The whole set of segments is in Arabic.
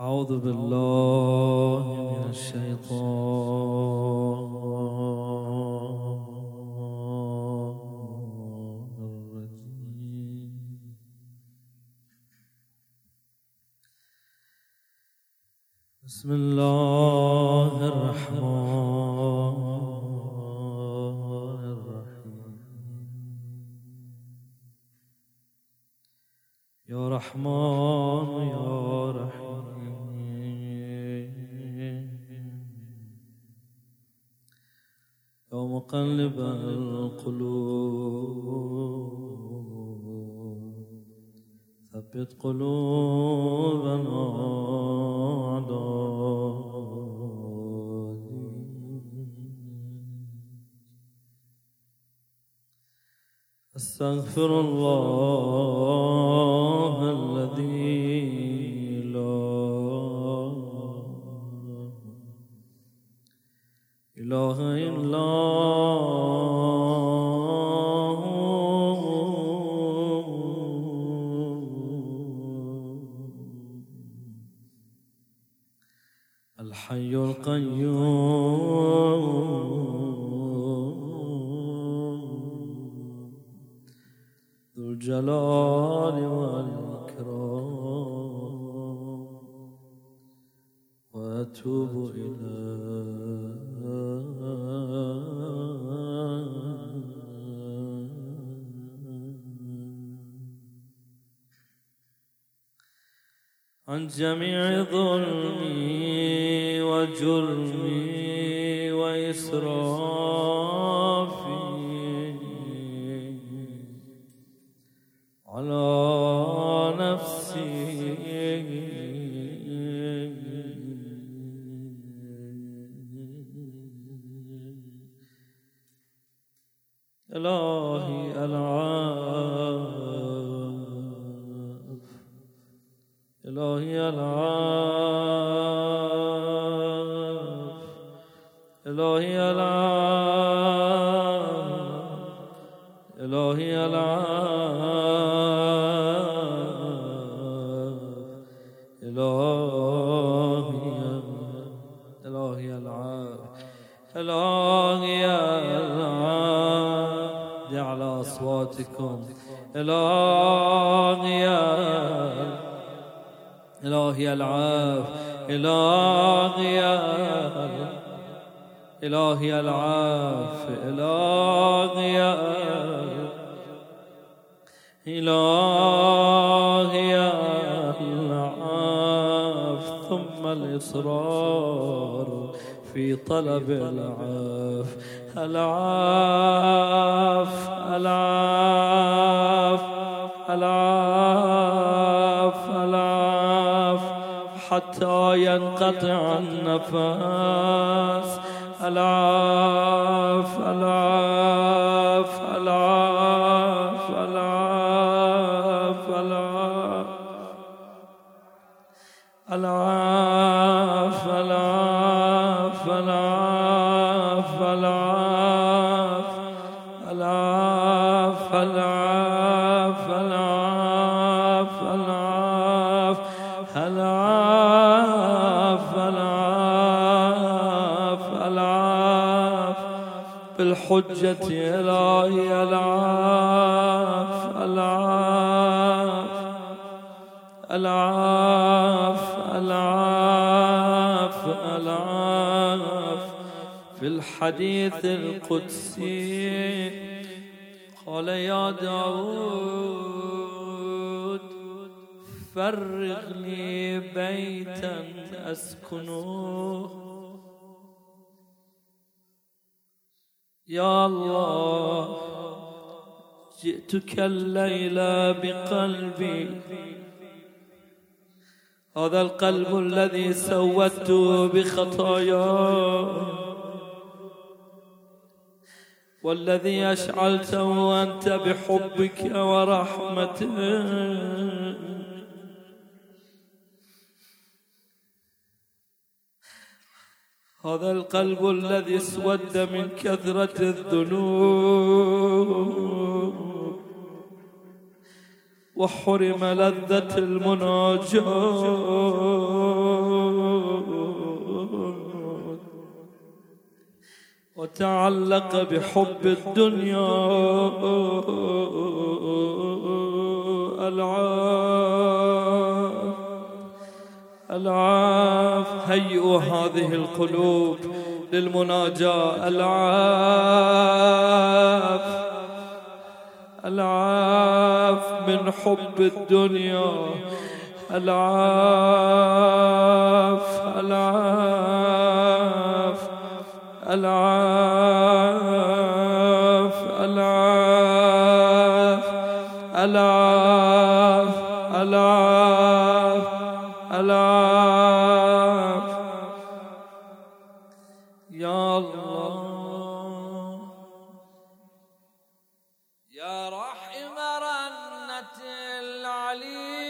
أعوذ بالله من الشيطان الرجيم. بسم الله الرحمن الرحيم. يا رحمن يا رحيم، يا مقلب القلوب ثبت قلوبنا على دينك. أستغفر الله الذي لا إله إلا الحي القيوم ذو الجلال والإكرام، وأتوب إليه. عن جميع ظلمي وجرمي وإسرافي على نفسي، إلهي العاف، إلهي العاف، إلهي العاف، إلهي العاف، إلهي العاف، إلهي العاف. على أصواتكم. إلهي العاف، إلهي العاف، إلهي العاف. ثم الإصرار في طلب العاف، العاف العاف العاف العاف حتى ينقطع النفس، العاف العاف العاف العاف العاف العاف العاف العاف العاف العاف العاف العاف العاف العاف العاف بالحجة. إلهي العاف العاف العاف العاف العاف. في الحديث القدسي قال يا داود فرغ لي بيتا أسكنه. يا الله جئتك الليلة بقلبي، هذا القلب الذي سودته بخطاياه والذي أشعلته أنت بحبك ورحمتك. هذا القلب الذي اسود من كثرة الذنوب وحرم لذة المناجاة وتعلق بحب الدنيا العاف هيئوا هذه القلوب للمناجاة. العاف من حب الدنيا، العاف العاف العاف العاف العاف العاف العاف. يا الله يا رحم رنة العلي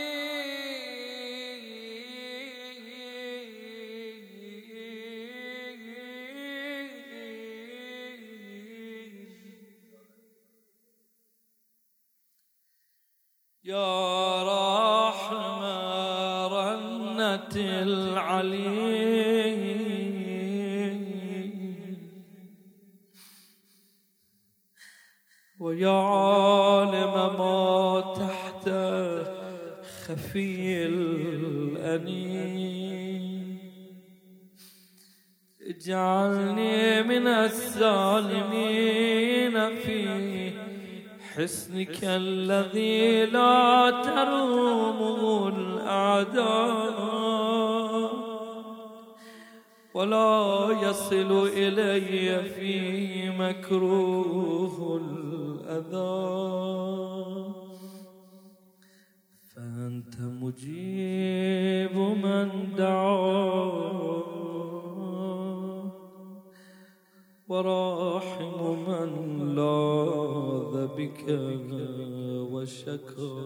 يا رحم رنة العلي ويا عالم ما تحت خفي الأنين اجعلني من السالمين في حسنك الذي لا ترومه الأعداء ولا يصل إلي في مكروه الأذى فأنت مجيب من دعا وراحم من لاذ بك وشكا.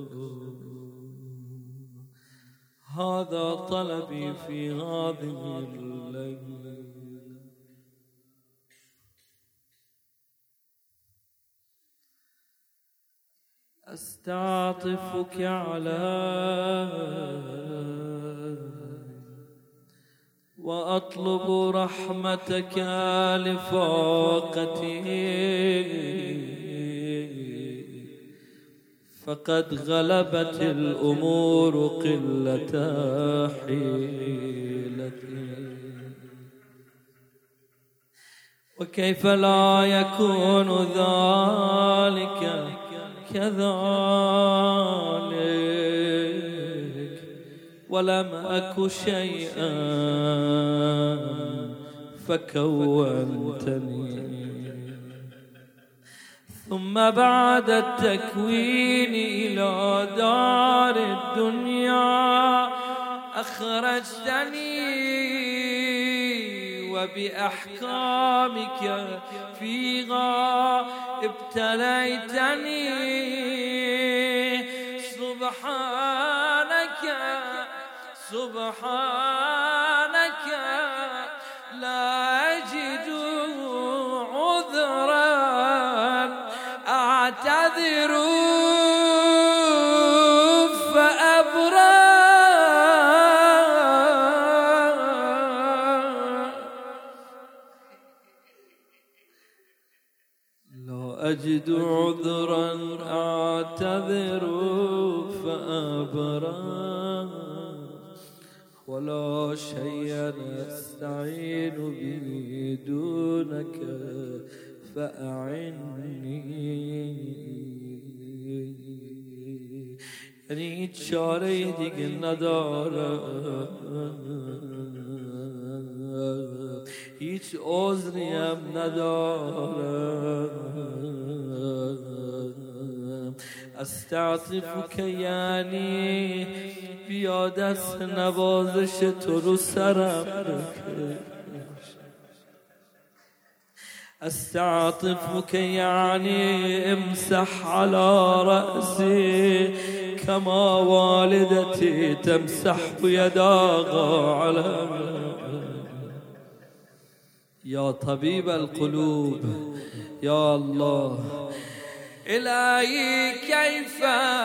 هذا طلبي في هذه الليلة. أستعطفك علي وأطلب رحمتك لفاقتي فقد غلبت الأمور قلة حيلتي وكيف لا يكون ذلك كذلك ولم أك شيئا فكونتني ثم بعد التكوين إلى دار الدنيا أخرجتني وبأحكامك فيها ابتليتني سبحانك سبحانك لا أجد عذرا أعتذر فأبرأ لا أجد عذرا أعتذر فأبرأ ولا شيء نستعين به دونك فأعني. یعنی هیچ چاره دیگه ندارم، هیچ عذری هم ندارم. استعطفک یعنی بیا دست نوازش تو رو سرم بکش. استعطفك يعني امسح على رأسي كما والدتي تمسح يداها على يا طبيب القلوب. يا الله إلهي كيف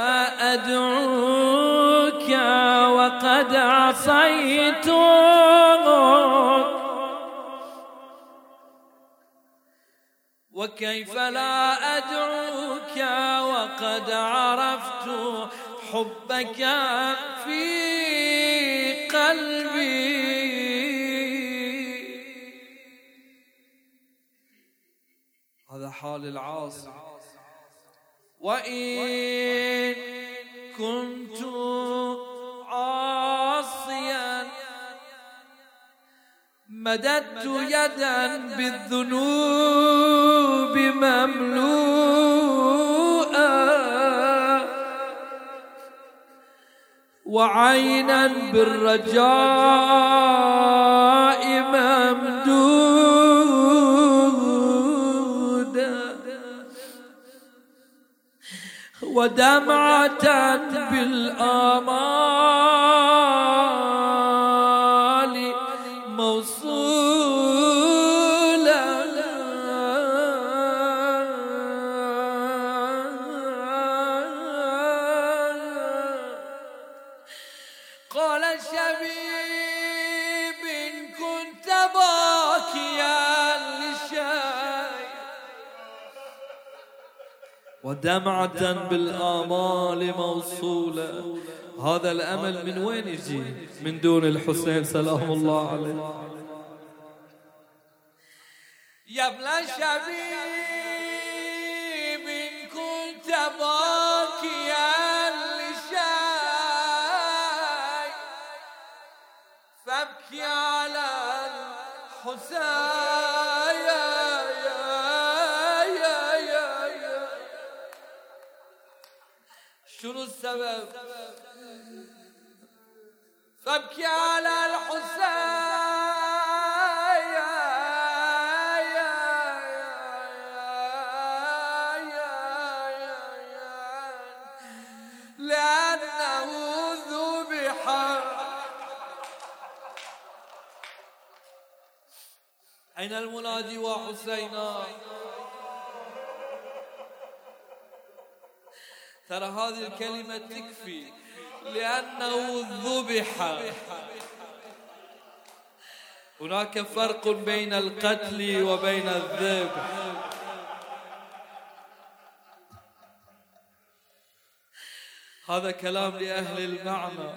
أدعوك وقد عصيتك، وكيف لا أدعوك وقد عرفت حبك في قلبي. هذا حال العاصي. وإن كنت عاصيا مددت يدا بالذنوب مملوءة، وعينا بالرجاء ممدودة، ودمعة بالآمال موصولة. قال شبيب كنت باكيا لشيء، ودمعة بالآمال موصولة. هذا الأمل من وين يجي؟ من دون الحسين سلام الله عليه. يا ابن شبيب كنت باكيا لشيء، فابكي على الحسين. شنو السبب؟ فابكي على الحسين لأنه ذبح. أين المنادي وحسينا؟ ترى هذه الكلمة تكفي، لأنه ذبح. هناك فرق بين القتل وبين الذبح. هذا كلام لأهل المعنى.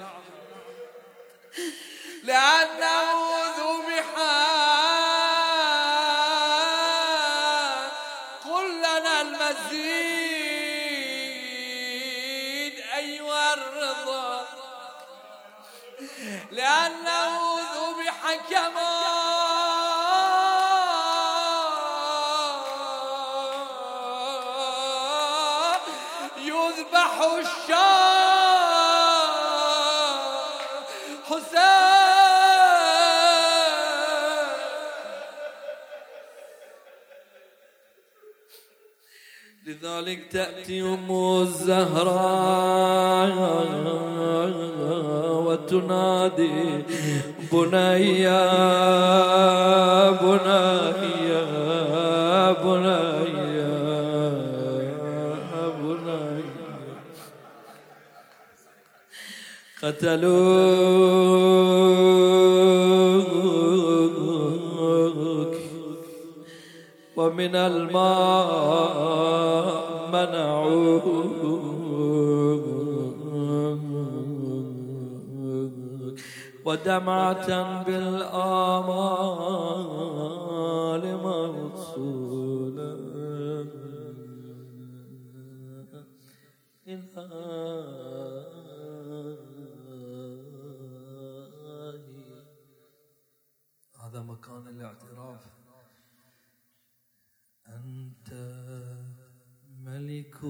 لأنه ذبح. قل لنا المزيد أيها الرضا، لأنه ذبح كما يذبح الشاة حسين. لذلك تأتي أم الزهراء وتنادي بني بني بني بني قتلوك ومن الماء منعوك، ودمعة بالآمال موصولة. هذا مكان الاعتراف. أنت ملك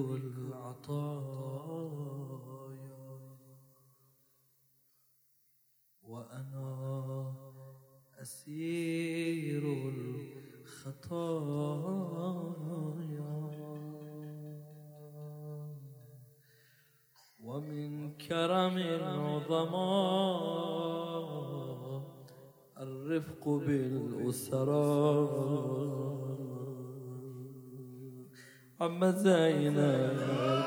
العطايا وأنا أسير الخطايا، ومن كرم العظماء الرفق بالأسرى، عم زينب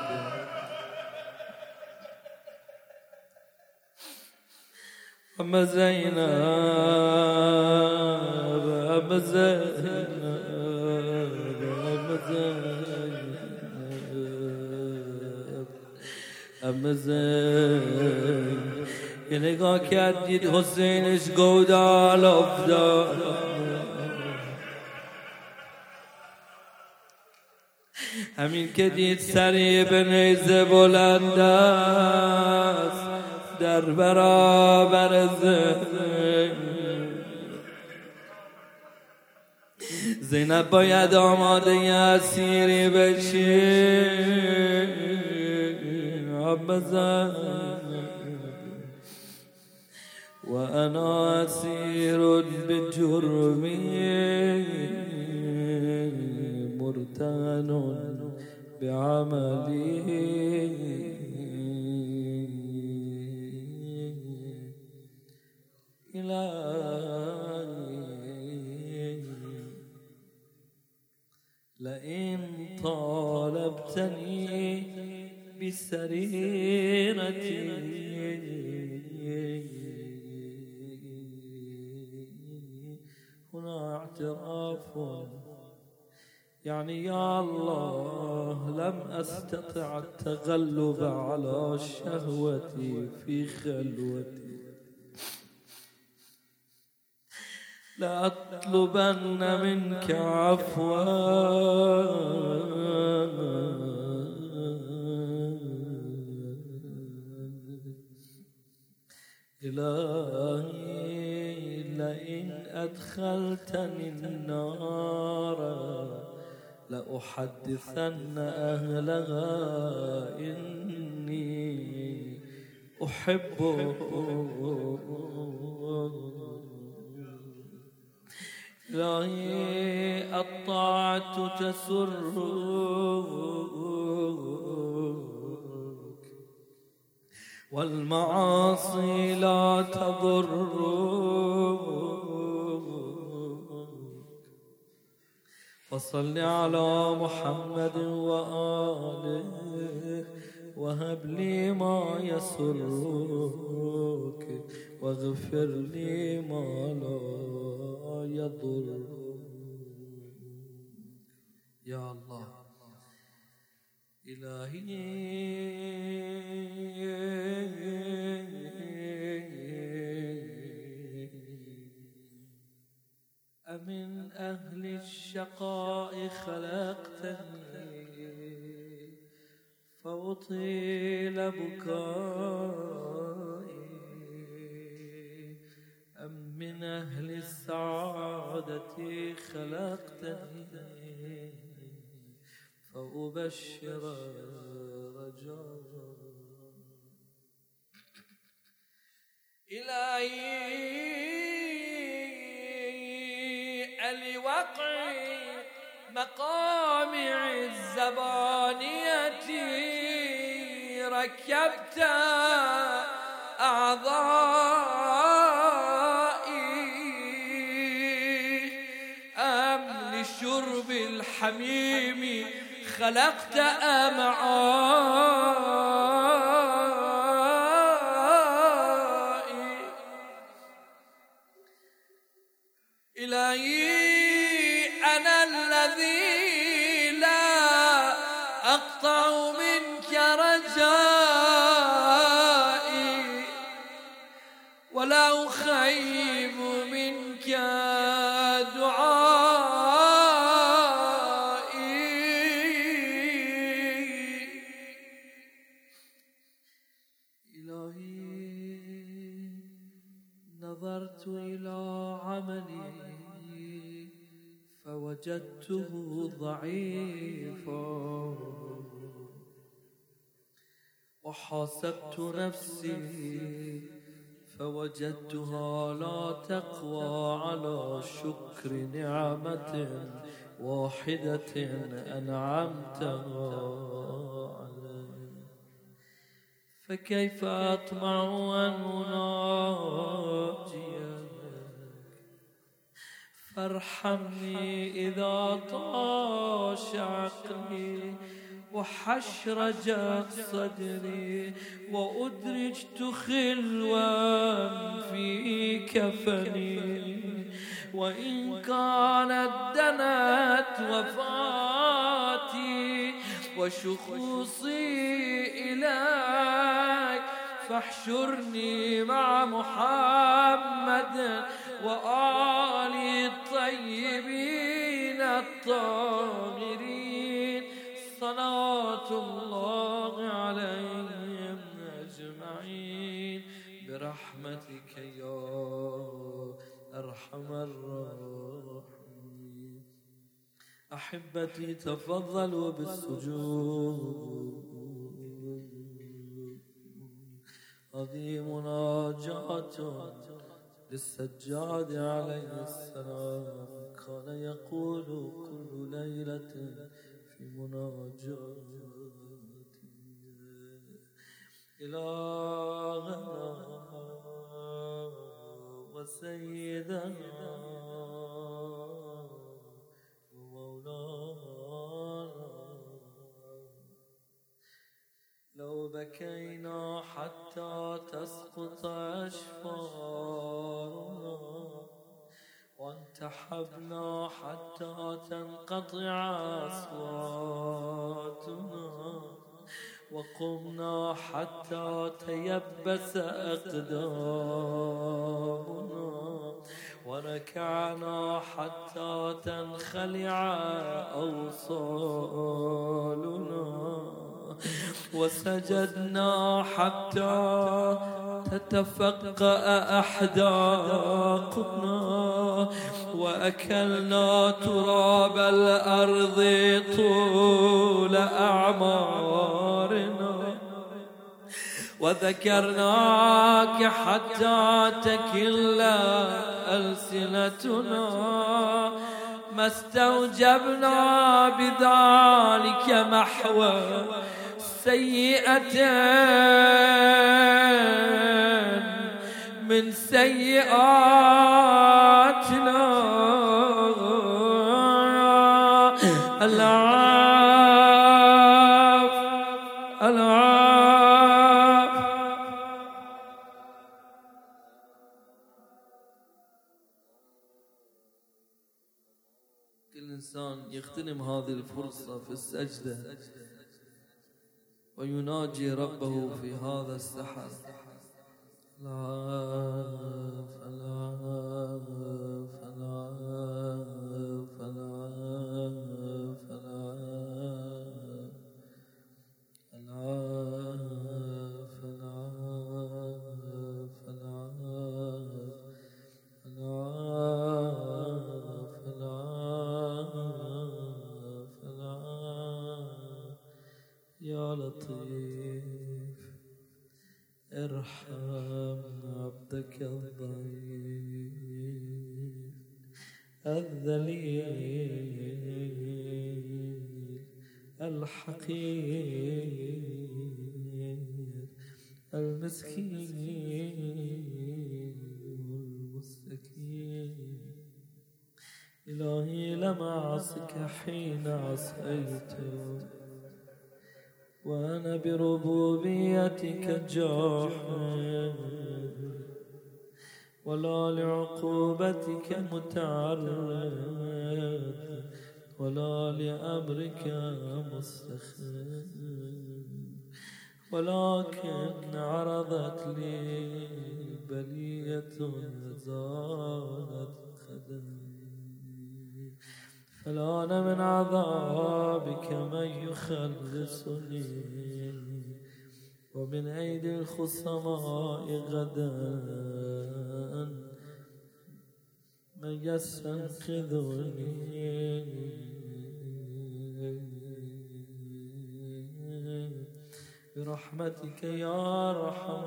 عم زينب عم زينب عم زينب عم زينب یه نگاه کرد دید حسینش گودال افتاد همین که دید سری به نیزه بلند است در برابر زینب باید آماده اسیری بشی عم زینب و انا اسیر بجرمی مرتهن بعملی لئن طالبتني بسريرتي هنا اعتراف يعني يا الله لم أستطع التغلب على شهوتي في خلوتي لأطلبن منك عفوا إلهي لئن أدخلتني النار لأحدثن أهلها إني أحبه إلهي الطاعة تسرك والمعاصي لا تضرك فصل على محمد وآله وهب لي ما يسرك واغفر لي ما لا يضر يا الله إلهي أمن أهل الشقاء خلقتني فأطيل بكائي أم من أهل السعادة خلقتني فأبشر رجاء إلهي لوقع مقامع الزبانية ركبت أعضائي أم لشرب الحميم خلقت أمعائي إلهي أنا الذي لا أقطع منك رجائي ولا أخيب منك دعائي إلهي نظرت إلى عملي فوجدته ضعيفا وحاسبت نفسي فوجدتها لا تقوى على شكر نعمة واحدة أنعمتها علي فكيف أطمع أن أناجيك فارحمني إذا طاش عقلي وحشرجت صدري وأدرجت خلوا في كفني وإن كانت دنت وفاتي وشخوصي إليك فاحشرني مع محمد وآل الطيبين الطاهرين صلاة الله عليهم أجمعين برحمتك يا أرحم الراحمين. أحبتي تفضلوا بالسجود. هذه مناجاة للسجاد عليه السلام، كان يقول كل ليلة في مناجاته: إلهنا وسيدنا ومولانا، لو بكينا حتى تسقط أشفارنا وانتحبنا حتى تنقطع أصواتنا وقمنا حتى تيبس أقدامنا وركعنا حتى تنخلع أوصالنا وسجدنا حتى تتفقأ أحداقنا وأكلنا تراب الأرض طول أعمارنا وذكرناك حتى تكل ألسنتنا ما استوجبنا بذلك محو سيئة من سيئاتنا العاف العاف. كل إنسان يغتنم هذه الفرصة في السجدة ويناجي ربه في هذا السحر. العاف العاف العاف العاف العاف العاف العاف العاف العاف العاف العاف. يا لطيف ارحم عبدك الضعيف الذليل الحقير المسكين والمستكين. إلهي لم أعصك حين عصيت وأنا بربوبيتك جاحد ولا لعقوبتك متعرض ولا لأمرك مستخدم، ولكن عرضت لي بلية زانت خدمي، فالآن من عذابك من يخلصني ومن أيدي الخصماء غدا من يستنقذني. برحمتك يا أرحم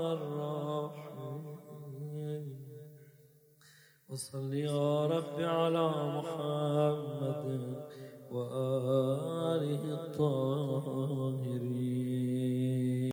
الراحمين. وصل يا رب على محمد وآله الطاهرين.